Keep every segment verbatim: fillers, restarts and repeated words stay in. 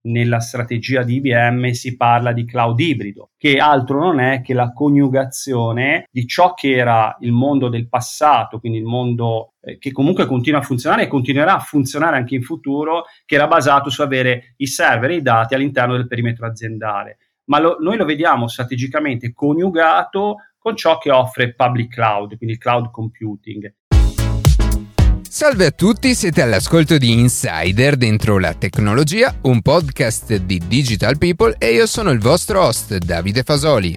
nella strategia di I B M si parla di cloud ibrido, che altro non è che la coniugazione di ciò che era il mondo del passato, quindi il mondo eh, che comunque continua a funzionare e continuerà a funzionare anche in futuro, che era basato su avere i server e i dati all'interno del perimetro aziendale. Ma lo, noi lo vediamo strategicamente coniugato con ciò che offre public cloud, quindi cloud computing. Salve a tutti, siete all'ascolto di Insider dentro la tecnologia, un podcast di Digital People e io sono il vostro host Davide Fasoli.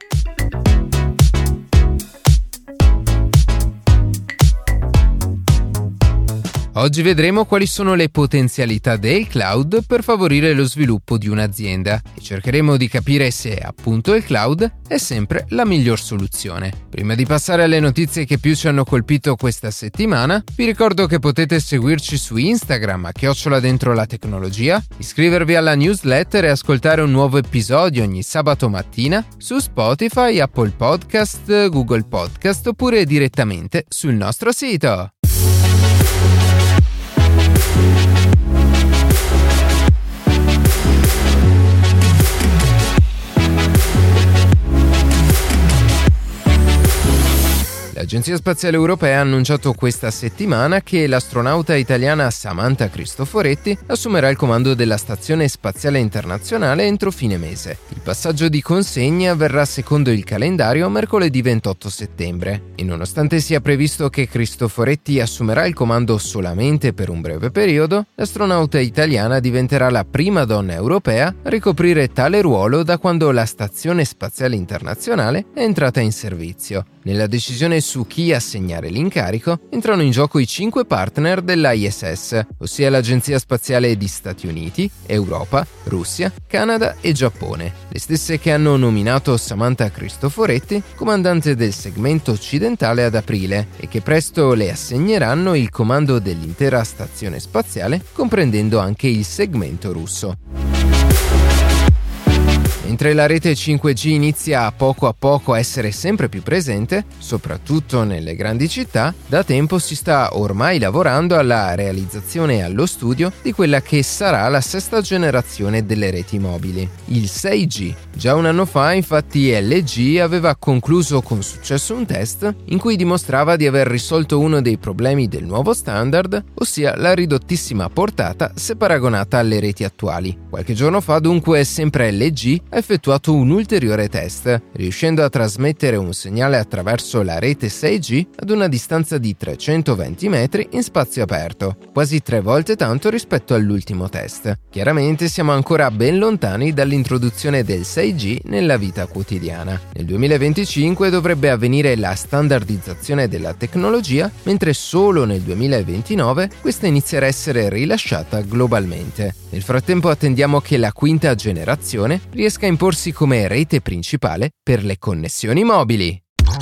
Oggi vedremo quali sono le potenzialità del cloud per favorire lo sviluppo di un'azienda e cercheremo di capire se appunto il cloud è sempre la miglior soluzione. Prima di passare alle notizie che più ci hanno colpito questa settimana, vi ricordo che potete seguirci su Instagram a chiocciola dentro la tecnologia, iscrivervi alla newsletter e ascoltare un nuovo episodio ogni sabato mattina su Spotify, Apple Podcast, Google Podcast oppure direttamente sul nostro sito. L'Agenzia Spaziale Europea ha annunciato questa settimana che l'astronauta italiana Samantha Cristoforetti assumerà il comando della Stazione Spaziale Internazionale entro fine mese. Il passaggio di consegna avverrà secondo il calendario mercoledì ventotto settembre e nonostante sia previsto che Cristoforetti assumerà il comando solamente per un breve periodo, l'astronauta italiana diventerà la prima donna europea a ricoprire tale ruolo da quando la Stazione Spaziale Internazionale è entrata in servizio. Nella decisione su chi assegnare l'incarico entrano in gioco i cinque partner dell'I S S, ossia l'Agenzia Spaziale di Stati Uniti, Europa, Russia, Canada e Giappone, le stesse che hanno nominato Samantha Cristoforetti comandante del segmento occidentale ad aprile e che presto le assegneranno il comando dell'intera stazione spaziale, comprendendo anche il segmento russo. Mentre la rete cinque G inizia a poco a poco a essere sempre più presente, soprattutto nelle grandi città, da tempo si sta ormai lavorando alla realizzazione e allo studio di quella che sarà la sesta generazione delle reti mobili, il sei G. Già un anno fa, infatti, L G aveva concluso con successo un test in cui dimostrava di aver risolto uno dei problemi del nuovo standard, ossia la ridottissima portata se paragonata alle reti attuali. Qualche giorno fa, dunque, sempre L G ha effettuato un ulteriore test, riuscendo a trasmettere un segnale attraverso la rete sei G ad una distanza di trecentoventi metri in spazio aperto, quasi tre volte tanto rispetto all'ultimo test. Chiaramente siamo ancora ben lontani dall'introduzione del sei G nella vita quotidiana. Nel duemilaventicinque dovrebbe avvenire la standardizzazione della tecnologia, mentre solo nel duemilaventinove questa inizierà a essere rilasciata globalmente. Nel frattempo attendiamo che la quinta generazione riesca a imporsi come rete principale per le connessioni mobili.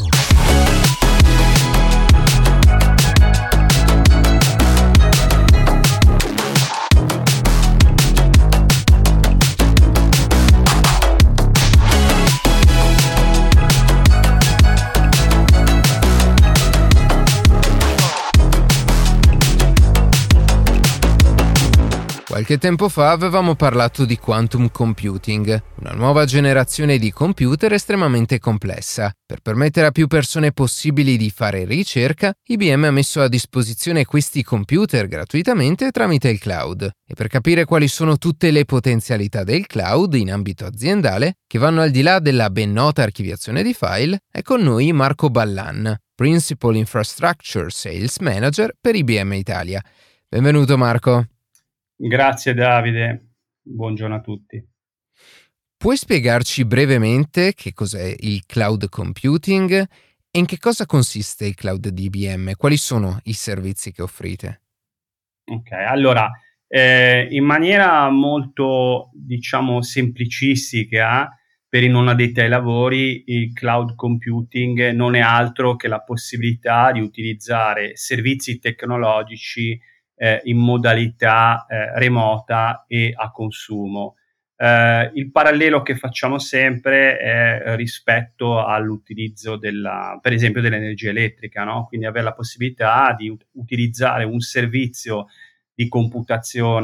Qualche tempo fa avevamo parlato di quantum computing, una nuova generazione di computer estremamente complessa. Per permettere a più persone possibili di fare ricerca, I B M ha messo a disposizione questi computer gratuitamente tramite il cloud. E per capire quali sono tutte le potenzialità del cloud in ambito aziendale, che vanno al di là della ben nota archiviazione di file, è con noi Marco Ballan, Principal Infrastructure Sales Manager per I B M Italia. Benvenuto Marco. Grazie Davide, buongiorno a tutti. Puoi spiegarci brevemente che cos'è il cloud computing e in che cosa consiste il cloud di I B M? Quali sono i servizi che offrite? Ok, allora, eh, in maniera molto, diciamo, semplicistica, per i non addetti ai lavori, il cloud computing non è altro che la possibilità di utilizzare servizi tecnologici Eh, in modalità eh, remota e a consumo. Eh, il parallelo che facciamo sempre è rispetto all'utilizzo della, per esempio, dell'energia elettrica, no? Quindi avere la possibilità di ut- utilizzare un servizio di computazione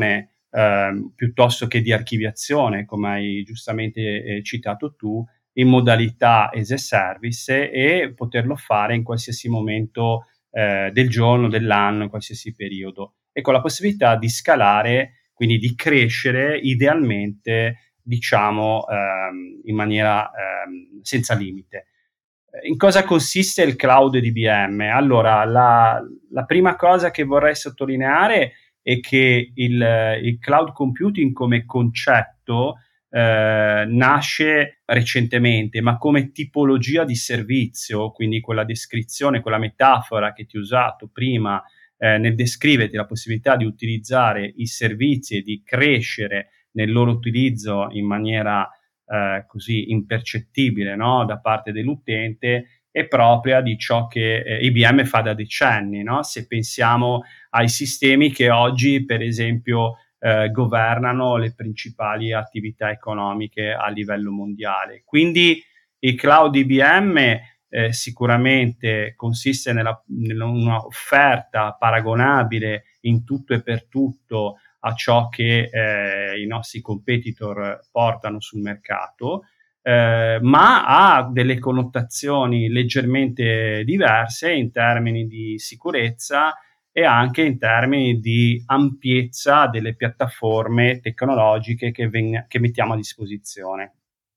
ehm, piuttosto che di archiviazione, come hai giustamente eh, citato tu, in modalità as a service e poterlo fare in qualsiasi momento eh, del giorno, dell'anno, in qualsiasi periodo, e con la possibilità di scalare, quindi di crescere idealmente, diciamo, ehm, in maniera ehm, senza limite. In cosa consiste il cloud di I B M? Allora, la, la prima cosa che vorrei sottolineare è che il, il cloud computing come concetto eh, nasce recentemente, ma come tipologia di servizio, quindi quella descrizione, quella metafora che ti ho usato prima eh, nel descriverti la possibilità di utilizzare i servizi e di crescere nel loro utilizzo in maniera eh, così impercettibile, no? Da parte dell'utente, è propria di ciò che eh, I B M fa da decenni, no? Se pensiamo ai sistemi che oggi, per esempio, eh, governano le principali attività economiche a livello mondiale. Quindi il cloud I B M eh, sicuramente consiste nella, in una offerta paragonabile in tutto e per tutto a ciò che eh, i nostri competitor portano sul mercato, eh, ma ha delle connotazioni leggermente diverse in termini di sicurezza e anche in termini di ampiezza delle piattaforme tecnologiche che, ven- che mettiamo a disposizione.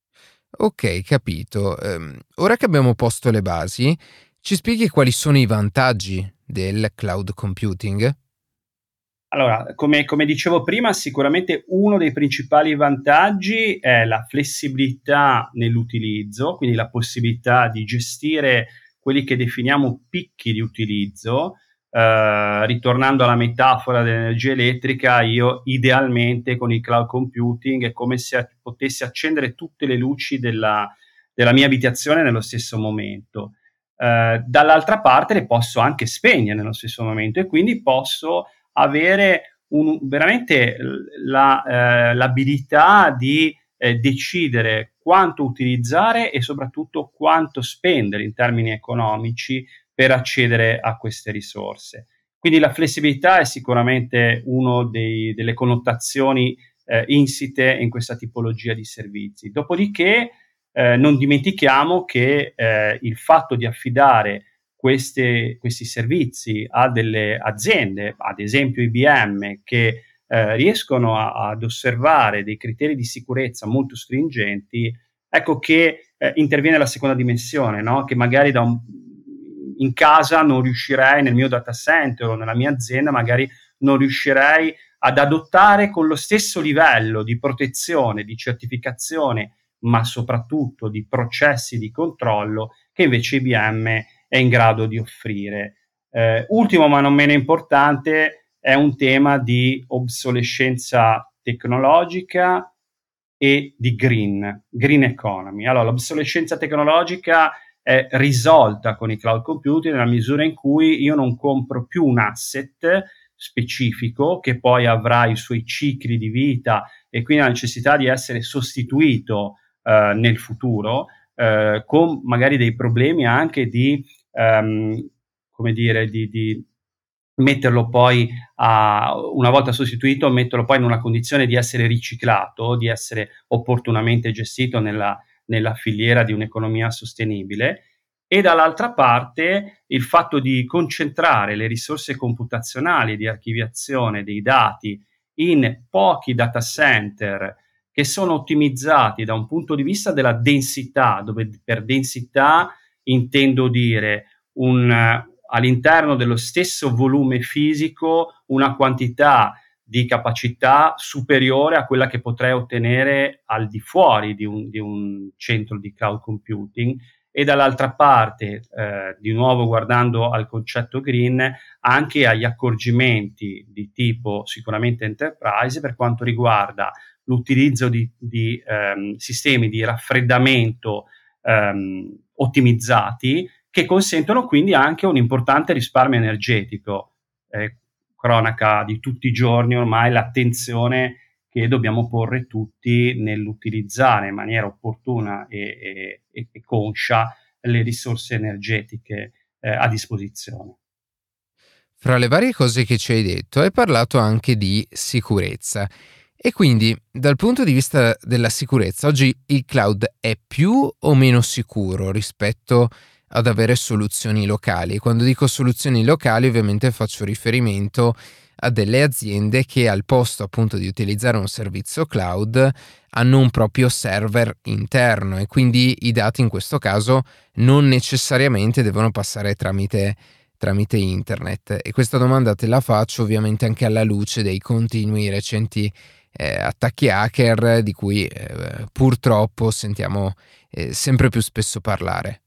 Ok, capito. Ehm, ora che abbiamo posto le basi, ci spieghi quali sono i vantaggi del cloud computing? Allora, come, come dicevo prima, sicuramente uno dei principali vantaggi è la flessibilità nell'utilizzo, quindi la possibilità di gestire quelli che definiamo picchi di utilizzo. Eh, ritornando alla metafora dell'energia elettrica, io idealmente con il cloud computing è come se potessi accendere tutte le luci della, della mia abitazione nello stesso momento. Eh, dall'altra parte le posso anche spegnere nello stesso momento e quindi posso avere un, veramente la, eh, l'abilità di eh, decidere quanto utilizzare e soprattutto quanto spendere in termini economici per accedere a queste risorse. Quindi la flessibilità è sicuramente una delle connotazioni eh, insite in questa tipologia di servizi. Dopodiché eh, non dimentichiamo che eh, il fatto di affidare queste, questi servizi a delle aziende, ad esempio I B M, che eh, riescono a, ad osservare dei criteri di sicurezza molto stringenti, ecco che eh, interviene la seconda dimensione, no? Che magari da un, in casa non riuscirei, nel mio data center o nella mia azienda, magari non riuscirei ad adottare con lo stesso livello di protezione, di certificazione, ma soprattutto di processi di controllo che invece I B M è in grado di offrire. Eh, ultimo ma non meno importante è un tema di obsolescenza tecnologica e di green, green economy. Allora, l'obsolescenza tecnologica è risolta con i cloud computing nella misura in cui io non compro più un asset specifico che poi avrà i suoi cicli di vita e quindi la necessità di essere sostituito eh, nel futuro, eh, con magari dei problemi anche di ehm, come dire, di, di metterlo poi a, una volta sostituito, metterlo poi in una condizione di essere riciclato, di essere opportunamente gestito nella, nella filiera di un'economia sostenibile. E dall'altra parte il fatto di concentrare le risorse computazionali di archiviazione dei dati in pochi data center che sono ottimizzati da un punto di vista della densità, dove per densità intendo dire un, all'interno dello stesso volume fisico una quantità di capacità superiore a quella che potrei ottenere al di fuori di un, di un centro di cloud computing, e dall'altra parte, eh, di nuovo guardando al concetto green, anche agli accorgimenti di tipo sicuramente enterprise per quanto riguarda l'utilizzo di, di ehm, sistemi di raffreddamento ehm, ottimizzati, che consentono quindi anche un importante risparmio energetico. Eh, cronaca di tutti i giorni ormai l'attenzione che dobbiamo porre tutti nell'utilizzare in maniera opportuna e, e, e conscia le risorse energetiche eh, a disposizione. Fra le varie cose che ci hai detto, hai parlato anche di sicurezza. E quindi, dal punto di vista della sicurezza, oggi il cloud è più o meno sicuro rispetto ad avere soluzioni locali? Quando dico soluzioni locali, ovviamente faccio riferimento a delle aziende che al posto appunto di utilizzare un servizio cloud hanno un proprio server interno e quindi i dati in questo caso non necessariamente devono passare tramite tramite internet. E questa domanda te la faccio ovviamente anche alla luce dei continui recenti eh, attacchi hacker di cui eh, purtroppo sentiamo eh, sempre più spesso parlare.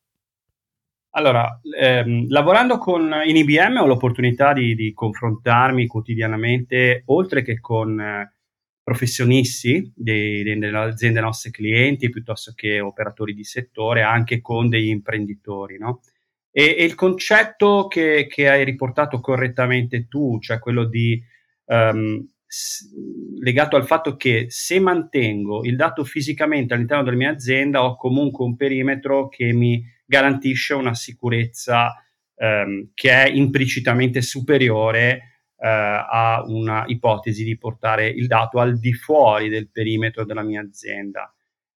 Allora, ehm, lavorando con in I B M ho l'opportunità di, di confrontarmi quotidianamente, oltre che con eh, professionisti dei- dei- delle aziende nostre clienti, piuttosto che operatori di settore, anche con degli imprenditori, no? E, e il concetto che, che hai riportato correttamente tu, cioè quello di ehm, s- legato al fatto che se mantengo il dato fisicamente all'interno della mia azienda, ho comunque un perimetro che mi garantisce una sicurezza ehm, che è implicitamente superiore eh, a una ipotesi di portare il dato al di fuori del perimetro della mia azienda.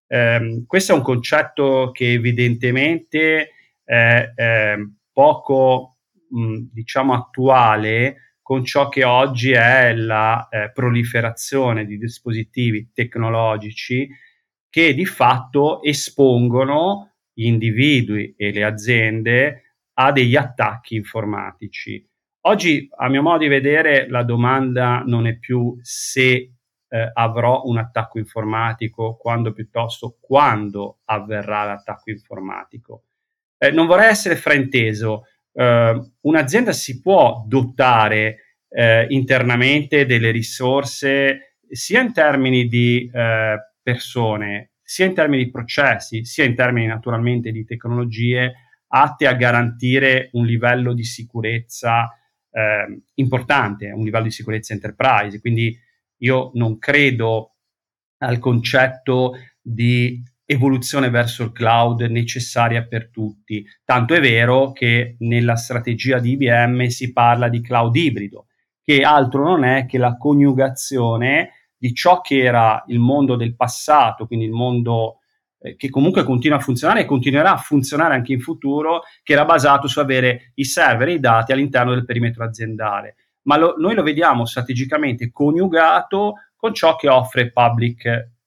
Um, questo è un concetto che evidentemente è, è poco, mh, diciamo, attuale con ciò che oggi è la eh, proliferazione di dispositivi tecnologici che di fatto espongono gli individui e le aziende a degli attacchi informatici. Oggi, a mio modo di vedere, la domanda non è più se eh, avrò un attacco informatico, quando piuttosto quando avverrà l'attacco informatico. Eh, non vorrei essere frainteso, eh, un'azienda si può dotare eh, internamente delle risorse sia in termini di eh, persone, sia in termini di processi, sia in termini naturalmente di tecnologie atte a garantire un livello di sicurezza eh, importante, un livello di sicurezza enterprise. Quindi io non credo al concetto di evoluzione verso il cloud necessaria per tutti. Tanto è vero che nella strategia di I B M si parla di cloud ibrido, che altro non è che la coniugazione di ciò che era il mondo del passato, quindi il mondo eh, che comunque continua a funzionare e continuerà a funzionare anche in futuro, che era basato su avere i server e i dati all'interno del perimetro aziendale. Ma lo, noi lo vediamo strategicamente coniugato con ciò che offre public,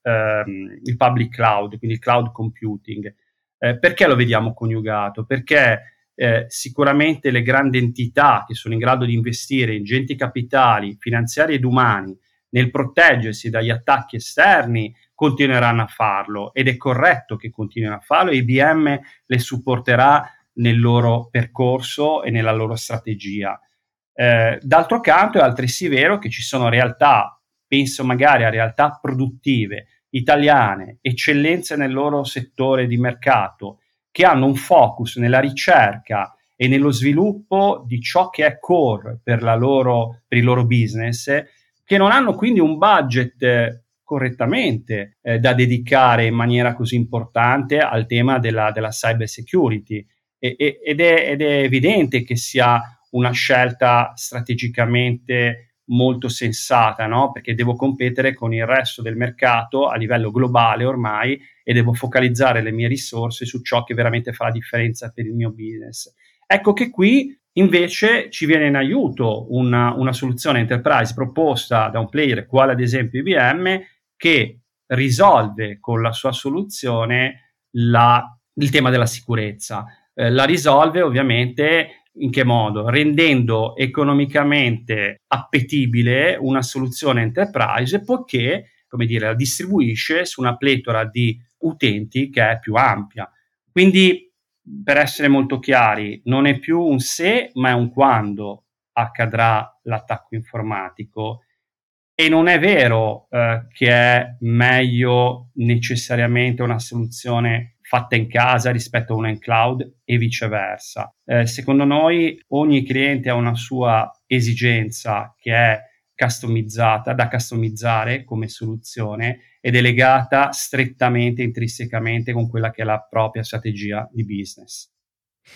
ehm, il public cloud, quindi il cloud computing. Eh, perché lo vediamo coniugato? Perché eh, sicuramente le grandi entità che sono in grado di investire ingenti capitali finanziari ed umani nel proteggersi dagli attacchi esterni continueranno a farlo ed è corretto che continuino a farlo e I B M le supporterà nel loro percorso e nella loro strategia. Eh, d'altro canto è altresì vero che ci sono realtà, penso magari a realtà produttive italiane, eccellenze nel loro settore di mercato, che hanno un focus nella ricerca e nello sviluppo di ciò che è core per, la loro, per il loro business, che non hanno quindi un budget eh, correttamente eh, da dedicare in maniera così importante al tema della, della cyber security. E, e, ed, è, ed è evidente che sia una scelta strategicamente molto sensata, no? Perché devo competere con il resto del mercato a livello globale ormai e devo focalizzare le mie risorse su ciò che veramente fa la differenza per il mio business. Ecco che qui invece ci viene in aiuto una, una soluzione enterprise proposta da un player quale ad esempio I B M che risolve con la sua soluzione la, il tema della sicurezza. Eh, la risolve ovviamente in che modo? Rendendo economicamente appetibile una soluzione enterprise, poiché, come dire, la distribuisce su una pletora di utenti che è più ampia. Quindi, per essere molto chiari, non è più un se, ma è un quando accadrà l'attacco informatico. E non è vero eh, che è meglio necessariamente una soluzione fatta in casa rispetto a una in cloud e viceversa. Eh, secondo noi ogni cliente ha una sua esigenza che è customizzata, da customizzare come soluzione ed è legata strettamente, intrinsecamente con quella che è la propria strategia di business.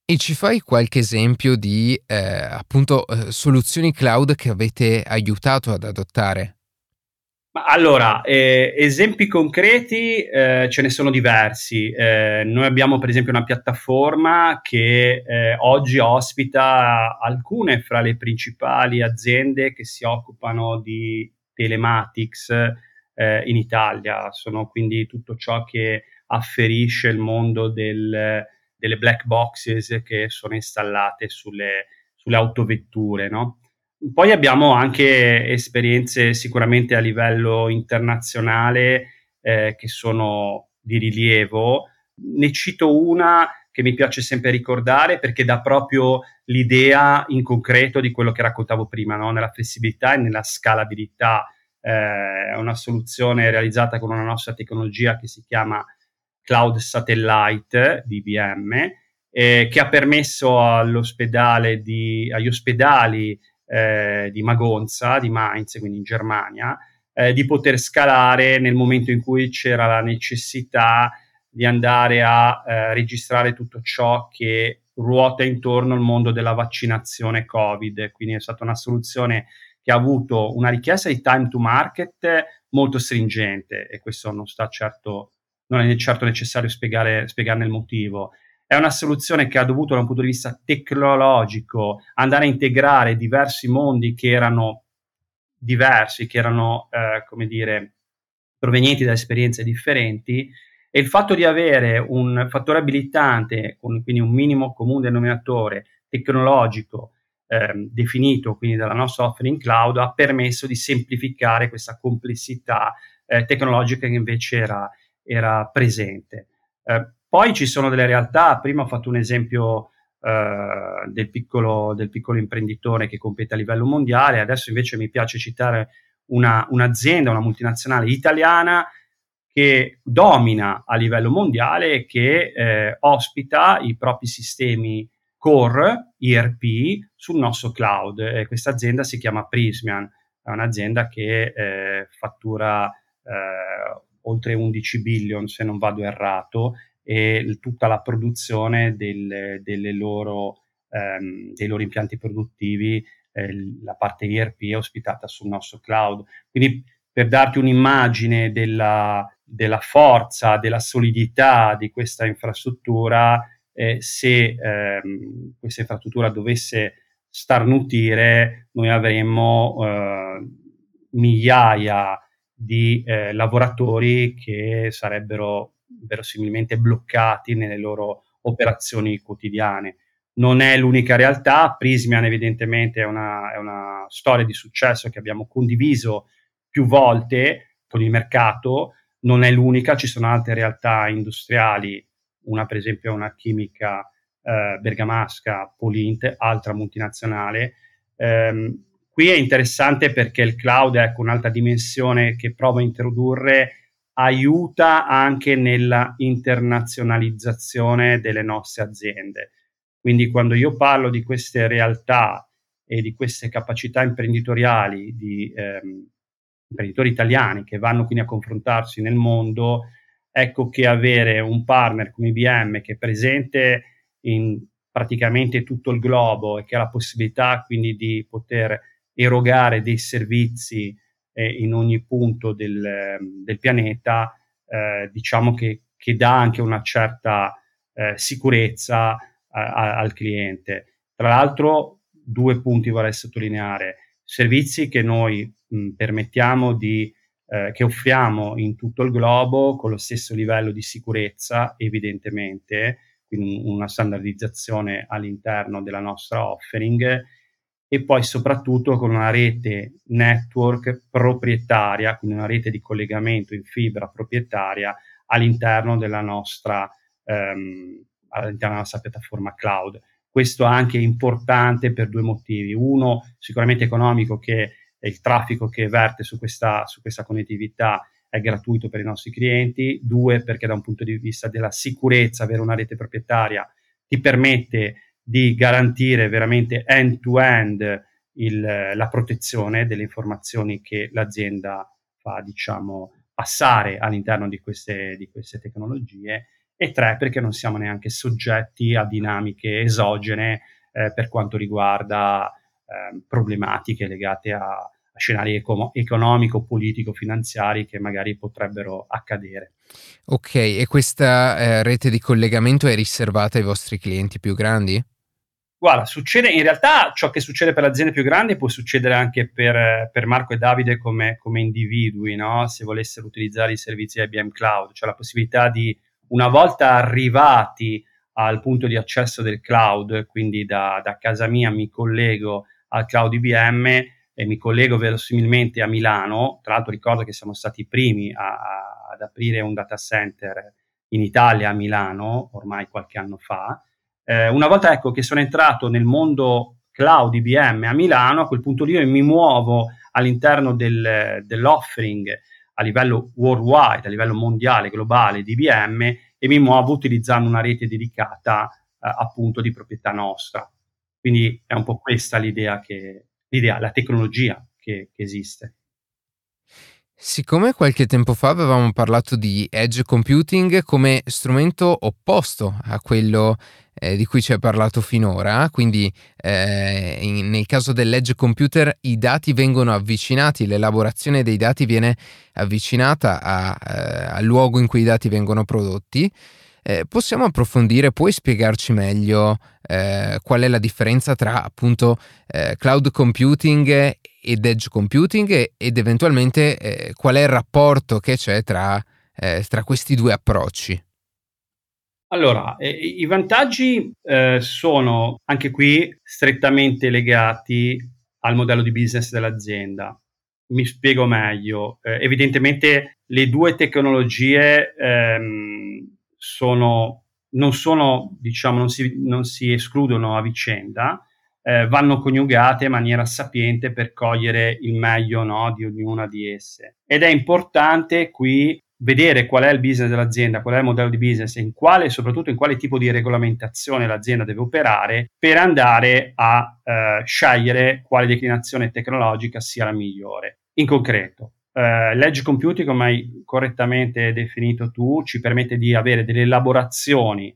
E ci fai qualche esempio di eh, appunto eh, soluzioni cloud che avete aiutato ad adottare? Ma allora, eh, esempi concreti eh, ce ne sono diversi. Eh, noi abbiamo per esempio una piattaforma che eh, oggi ospita alcune fra le principali aziende che si occupano di telematics eh, in Italia. Sono quindi tutto ciò che afferisce il mondo del, delle black boxes che sono installate sulle, sulle autovetture, no? Poi abbiamo anche esperienze sicuramente a livello internazionale eh, che sono di rilievo. Ne cito una che mi piace sempre ricordare perché dà proprio l'idea in concreto di quello che raccontavo prima, no? Nella flessibilità e nella scalabilità. Eh, è una soluzione realizzata con una nostra tecnologia che si chiama Cloud Satellite di I B M, eh, che ha permesso all'ospedale di, agli ospedali eh, di Magonza, di Mainz, quindi in Germania, eh, di poter scalare nel momento in cui c'era la necessità di andare a eh, registrare tutto ciò che ruota intorno al mondo della vaccinazione Covid. Quindi è stata una soluzione che ha avuto una richiesta di time to market molto stringente, e questo non sta certo, non è certo necessario spiegare, spiegarne il motivo. È una soluzione che ha dovuto, da un punto di vista tecnologico, andare a integrare diversi mondi che erano diversi, che erano, eh, come dire, provenienti da esperienze differenti, e il fatto di avere un fattore abilitante, con quindi un minimo comune denominatore tecnologico eh, definito quindi dalla nostra offering cloud, ha permesso di semplificare questa complessità eh, tecnologica che invece era, era presente. Eh, poi ci sono delle realtà, prima ho fatto un esempio eh, del, piccolo, del piccolo imprenditore che compete a livello mondiale, adesso invece mi piace citare una, un'azienda, una multinazionale italiana che domina a livello mondiale e che eh, ospita i propri sistemi core, E R P, sul nostro cloud. E questa azienda si chiama Prismian, è un'azienda che eh, fattura eh, oltre undici billion, se non vado errato, e l- tutta la produzione del, delle loro, ehm, dei loro impianti produttivi, eh, la parte E R P è ospitata sul nostro cloud. Quindi, per darti un'immagine della, della forza, della solidità di questa infrastruttura, eh, se ehm, questa infrastruttura dovesse starnutire, noi avremmo eh, migliaia di eh, lavoratori che sarebbero verosimilmente bloccati nelle loro operazioni quotidiane. Non è l'unica realtà, Prismian evidentemente è una, è una storia di successo che abbiamo condiviso più volte con il mercato, non è l'unica, ci sono altre realtà industriali, una per esempio è una chimica eh, bergamasca, Polint, altra multinazionale. Um, qui è interessante perché il cloud, ecco, un'altra dimensione che provo a introdurre, aiuta anche nella internazionalizzazione delle nostre aziende. Quindi quando io parlo di queste realtà e di queste capacità imprenditoriali di ehm, imprenditori italiani che vanno quindi a confrontarsi nel mondo, ecco che avere un partner come I B M che è presente in praticamente tutto il globo e che ha la possibilità quindi di poter erogare dei servizi eh, in ogni punto del, del pianeta, eh, diciamo che, che dà anche una certa eh, sicurezza a, a, al cliente. Tra l'altro, due punti vorrei sottolineare: servizi che noi mh, permettiamo di eh, che offriamo in tutto il globo con lo stesso livello di sicurezza, evidentemente, quindi una standardizzazione all'interno della nostra offering, e poi soprattutto con una rete network proprietaria, quindi una rete di collegamento in fibra proprietaria all'interno della nostra, ehm, all'interno della nostra piattaforma cloud. Questo è anche importante per due motivi: uno sicuramente economico, che il traffico che verte su questa, su questa connettività è gratuito per i nostri clienti; due, perché da un punto di vista della sicurezza avere una rete proprietaria ti permette di garantire veramente end-to-end il, la protezione delle informazioni che l'azienda fa, diciamo, passare all'interno di queste, di queste tecnologie. e tre, perché non siamo neanche soggetti a dinamiche esogene eh, per quanto riguarda eh, problematiche legate a, a scenari eco- economico, politico, finanziari che magari potrebbero accadere. Ok, e questa eh, rete di collegamento è riservata ai vostri clienti più grandi? Guarda, succede in realtà ciò che succede per le aziende più grandi può succedere anche per, per Marco e Davide come, come individui, no? Se volessero utilizzare i servizi I B M Cloud, cioè la possibilità di, una volta arrivati al punto di accesso del cloud, quindi da, da casa mia mi collego al cloud I B M e mi collego verosimilmente a Milano. Tra l'altro ricordo che siamo stati i primi a, a, ad aprire un data center in Italia a Milano, ormai qualche anno fa. Eh, una volta ecco che sono entrato nel mondo cloud I B M a Milano, a quel punto lì io mi muovo all'interno del, dell'offering a livello worldwide, a livello mondiale, globale di I B M, e mi muovo utilizzando una rete dedicata eh, appunto di proprietà nostra. Quindi è un po' questa l'idea, che, l'idea la tecnologia che, che esiste. Siccome qualche tempo fa avevamo parlato di edge computing come strumento opposto a quello eh, di cui ci hai parlato finora, quindi eh, in, nel caso dell'edge computer i dati vengono avvicinati, l'elaborazione dei dati viene avvicinata a, eh, al luogo in cui i dati vengono prodotti. Eh, possiamo approfondire, puoi spiegarci meglio eh, qual è la differenza tra appunto eh, cloud computing ed edge computing ed eventualmente eh, qual è il rapporto che c'è tra, eh, tra questi due approcci? Allora, eh, i vantaggi eh, sono anche qui strettamente legati al modello di business dell'azienda. Mi spiego meglio. Eh, evidentemente le due tecnologie ehm, sono, non sono, diciamo, non si, non si escludono a vicenda, eh, vanno coniugate in maniera sapiente per cogliere il meglio, no, di ognuna di esse. Ed è importante qui vedere qual è il business dell'azienda, qual è il modello di business e in quale, soprattutto in quale tipo di regolamentazione l'azienda deve operare, per andare a eh, scegliere quale declinazione tecnologica sia la migliore. In concreto, eh, l'edge computing, come hai correttamente definito tu, ci permette di avere delle elaborazioni,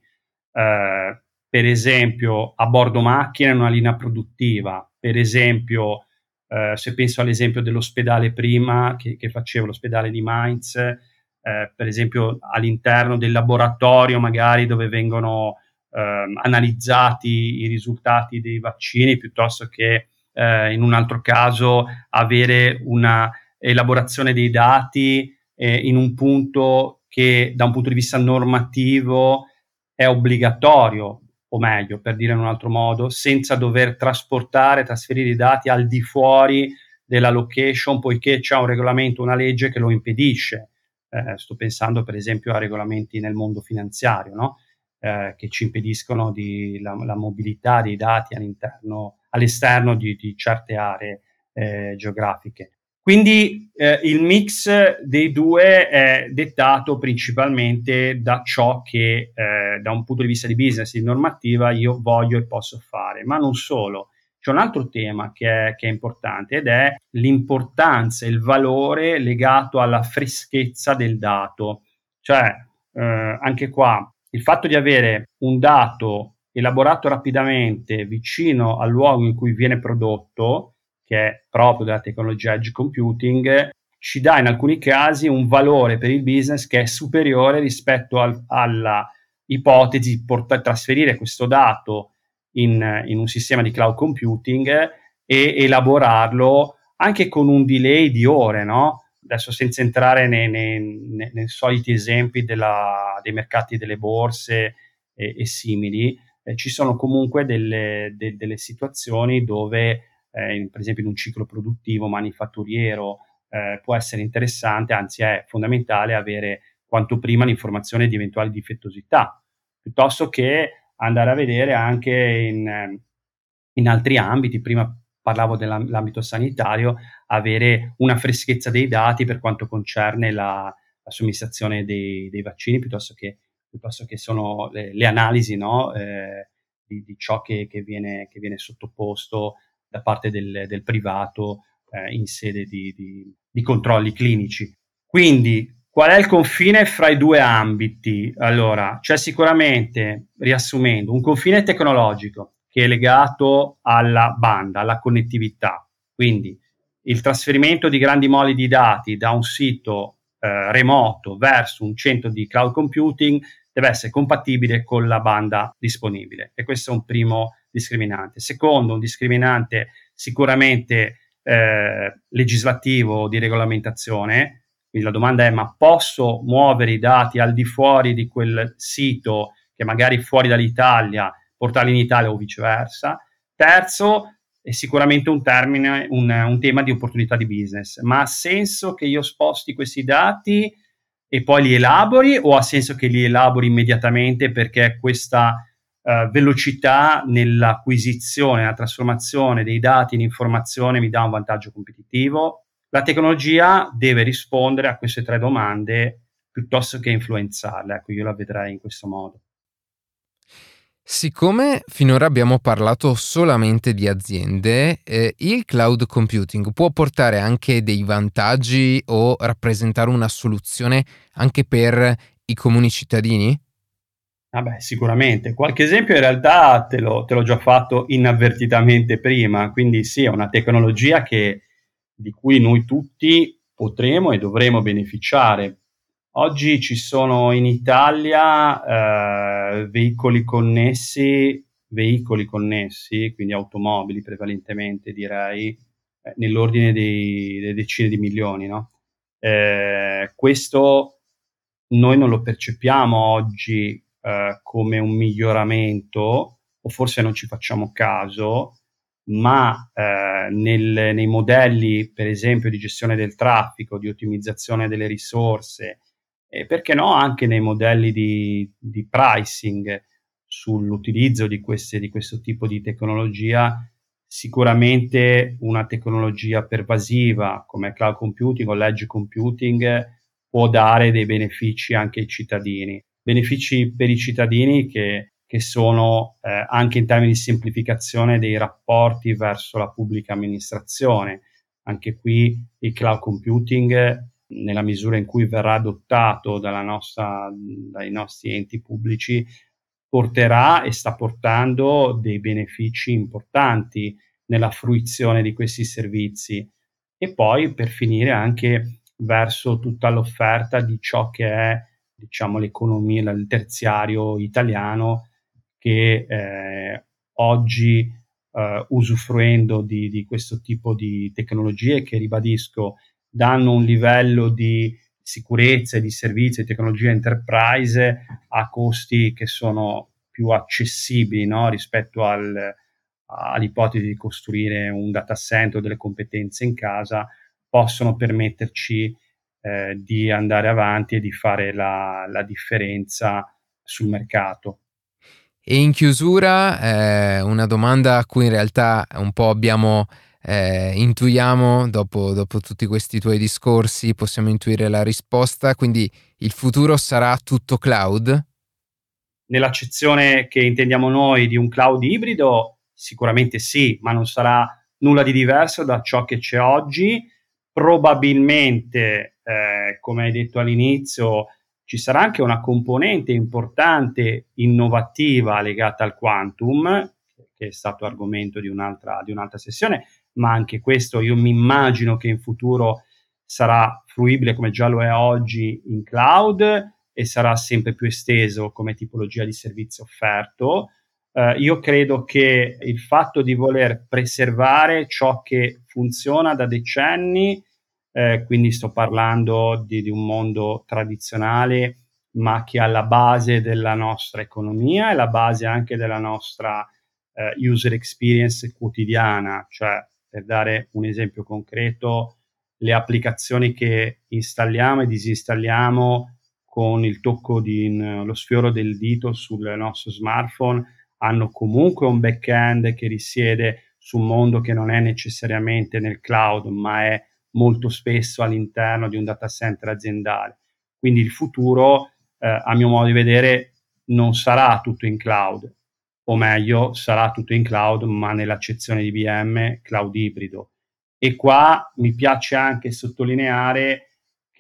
eh, per esempio a bordo macchina in una linea produttiva, per esempio eh, se penso all'esempio dell'ospedale prima che, che facevo, l'ospedale di Mainz, eh, per esempio all'interno del laboratorio magari dove vengono eh, analizzati i risultati dei vaccini, piuttosto che eh, in un altro caso avere una elaborazione dei dati eh, in un punto che da un punto di vista normativo è obbligatorio, o meglio, per dire in un altro modo, senza dover trasportare, trasferire i dati al di fuori della location, poiché c'è un regolamento, una legge che lo impedisce. Eh, sto pensando per esempio a regolamenti nel mondo finanziario, no? eh, che ci impediscono di, la, la mobilità dei dati all'interno, all'esterno di, di certe aree eh, geografiche. Quindi eh, il mix dei due è dettato principalmente da ciò che eh, da un punto di vista di business, di normativa, io voglio e posso fare, ma non solo. C'è un altro tema che è, che è importante ed è l'importanza e il valore legato alla freschezza del dato. Cioè, eh, anche qua, il fatto di avere un dato elaborato rapidamente vicino al luogo in cui viene prodotto, che è proprio della tecnologia edge computing, ci dà in alcuni casi un valore per il business che è superiore rispetto al, alla ipotesi di portare, trasferire questo dato in, in un sistema di cloud computing e elaborarlo anche con un delay di ore, no? Adesso senza entrare nei, nei, nei, nei soliti esempi della, dei mercati delle borse e, e simili, eh, ci sono comunque delle, de, delle situazioni dove eh, in, per esempio in un ciclo produttivo manifatturiero eh, può essere interessante, anzi è fondamentale avere quanto prima l'informazione di eventuali difettosità, piuttosto che andare a vedere anche in, in altri ambiti. Prima parlavo dell'ambito sanitario, avere una freschezza dei dati per quanto concerne la, la somministrazione dei, dei vaccini, piuttosto che, piuttosto che sono le, le analisi, no? eh, di, di ciò che, che, viene, che viene sottoposto da parte del, del privato eh, in sede di, di, di controlli clinici. Quindi Qual è il confine fra i due ambiti? Allora, c'è sicuramente, riassumendo, un confine tecnologico che è legato alla banda, alla connettività, quindi il trasferimento di grandi mole di dati da un sito eh, remoto verso un centro di cloud computing deve essere compatibile con la banda disponibile, e questo è un primo discriminante. Secondo, un discriminante sicuramente eh, legislativo, di regolamentazione. Quindi la domanda è: ma posso muovere i dati al di fuori di quel sito, che magari fuori dall'Italia, portarli in Italia o viceversa? Terzo, è sicuramente un termine, un, un tema di opportunità di business. Ma ha senso che io sposti questi dati e poi li elabori, o ha senso che li elabori immediatamente, perché questa uh, velocità nell'acquisizione, nella trasformazione dei dati in informazione mi dà un vantaggio competitivo? La tecnologia deve rispondere a queste tre domande piuttosto che influenzarle. Ecco, io la vedrei in questo modo. Siccome finora abbiamo parlato solamente di aziende, eh, il cloud computing può portare anche dei vantaggi o rappresentare una soluzione anche per i comuni cittadini? Ah beh, sicuramente. Qualche esempio in realtà te l'ho, te l'ho già fatto inavvertitamente prima, quindi sì, è una tecnologia che, di cui noi tutti potremo e dovremo beneficiare. Oggi ci sono in Italia eh, veicoli connessi, veicoli connessi, quindi automobili prevalentemente, direi, eh, nell'ordine di, delle decine di milioni, no? Eh, questo noi non lo percepiamo oggi eh, come un miglioramento, o forse non ci facciamo caso, ma eh, nel, nei modelli, per esempio, di gestione del traffico, di ottimizzazione delle risorse, e perché no anche nei modelli di, di pricing sull'utilizzo di, queste, di questo tipo di tecnologia, sicuramente una tecnologia pervasiva come cloud computing o l'edge computing può dare dei benefici anche ai cittadini. Benefici per i cittadini che, che sono eh, anche in termini di semplificazione dei rapporti verso la pubblica amministrazione. Anche qui il cloud computing, nella misura in cui verrà adottato dalla nostra, dai nostri enti pubblici, porterà e sta portando dei benefici importanti nella fruizione di questi servizi, e poi per finire anche verso tutta l'offerta di ciò che è, diciamo, l'economia, il terziario italiano, che eh, oggi eh, usufruendo di, di questo tipo di tecnologie, che ribadisco danno un livello di sicurezza e di servizio e tecnologia enterprise a costi che sono più accessibili, no? Rispetto al, all'ipotesi di costruire un data center o delle competenze in casa, possono permetterci eh, di andare avanti e di fare la, la differenza sul mercato. E in chiusura, eh, una domanda a cui in realtà un po' abbiamo eh, intuiamo dopo, dopo tutti questi tuoi discorsi, possiamo intuire la risposta, quindi il futuro sarà tutto cloud? Nell'accezione che intendiamo noi di un cloud ibrido, sicuramente sì, ma non sarà nulla di diverso da ciò che c'è oggi. Probabilmente, eh, come hai detto all'inizio, ci sarà anche una componente importante innovativa legata al quantum, che è stato argomento di un'altra, di un'altra sessione, ma anche questo io mi immagino che in futuro sarà fruibile, come già lo è oggi, in cloud, e sarà sempre più esteso come tipologia di servizio offerto. Uh, io credo che il fatto di voler preservare ciò che funziona da decenni, eh, quindi sto parlando di, di un mondo tradizionale, ma che è alla base della nostra economia e la base anche della nostra eh, user experience quotidiana, cioè, per dare un esempio concreto, le applicazioni che installiamo e disinstalliamo con il tocco di in, lo sfioro del dito sul nostro smartphone hanno comunque un back-end che risiede su un mondo che non è necessariamente nel cloud, ma è molto spesso all'interno di un data center aziendale. Quindi il futuro, eh, a mio modo di vedere, non sarà tutto in cloud, o meglio, sarà tutto in cloud, ma nell'accezione di I B M cloud ibrido. E qua mi piace anche sottolineare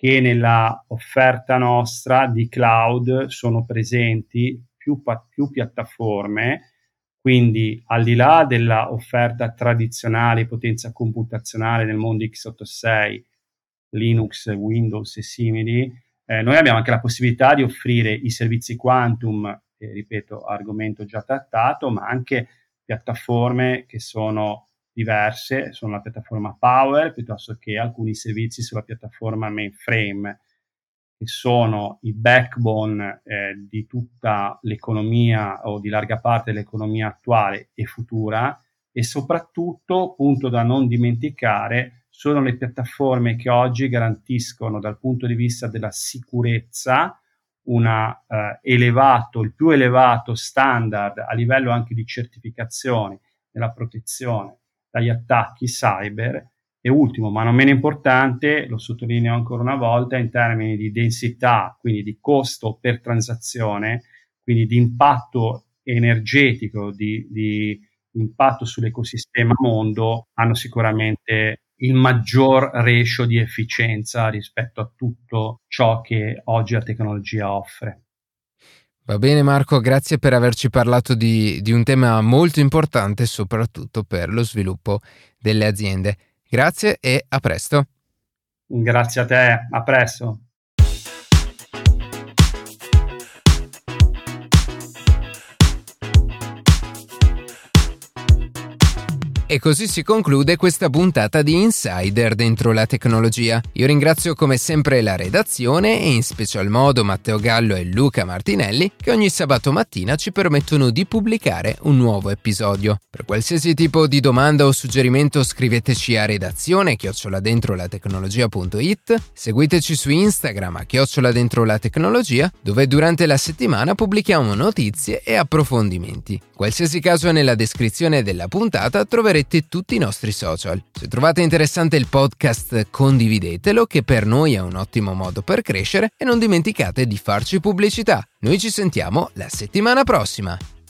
che nella offerta nostra di cloud sono presenti più, pa- più piattaforme, quindi al di là della offerta tradizionale potenza computazionale nel mondo x ottantasei, Linux, Windows e simili, eh, noi abbiamo anche la possibilità di offrire i servizi Quantum, eh, ripeto, argomento già trattato, ma anche piattaforme che sono diverse, sono la piattaforma Power piuttosto che alcuni servizi sulla piattaforma Mainframe, che sono i backbone eh, di tutta l'economia o di larga parte dell'economia attuale e futura, e soprattutto, punto da non dimenticare, sono le piattaforme che oggi garantiscono dal punto di vista della sicurezza una eh, elevato, il più elevato standard a livello anche di certificazione nella protezione dagli attacchi cyber. E ultimo, ma non meno importante, lo sottolineo ancora una volta, in termini di densità, quindi di costo per transazione, quindi di impatto energetico, di, di impatto sull'ecosistema mondo, hanno sicuramente il maggior ratio di efficienza rispetto a tutto ciò che oggi la tecnologia offre. Va bene Marco, grazie per averci parlato di, di un tema molto importante, soprattutto per lo sviluppo delle aziende. Grazie e a presto. Grazie a te, a presto. E così si conclude questa puntata di Insider dentro la tecnologia. Io ringrazio come sempre la redazione e in special modo Matteo Gallo e Luca Martinelli che ogni sabato mattina ci permettono di pubblicare un nuovo episodio. Per qualsiasi tipo di domanda o suggerimento scriveteci a redazione chiocciola dentro la tecnologia punto it, seguiteci su Instagram a chiocciola dentro la tecnologia, dove durante la settimana pubblichiamo notizie e approfondimenti. Qualsiasi caso nella descrizione della puntata troverete tutti i nostri social. Se trovate interessante il podcast, condividetelo, che per noi è un ottimo modo per crescere, e non dimenticate di farci pubblicità. Noi ci sentiamo la settimana prossima.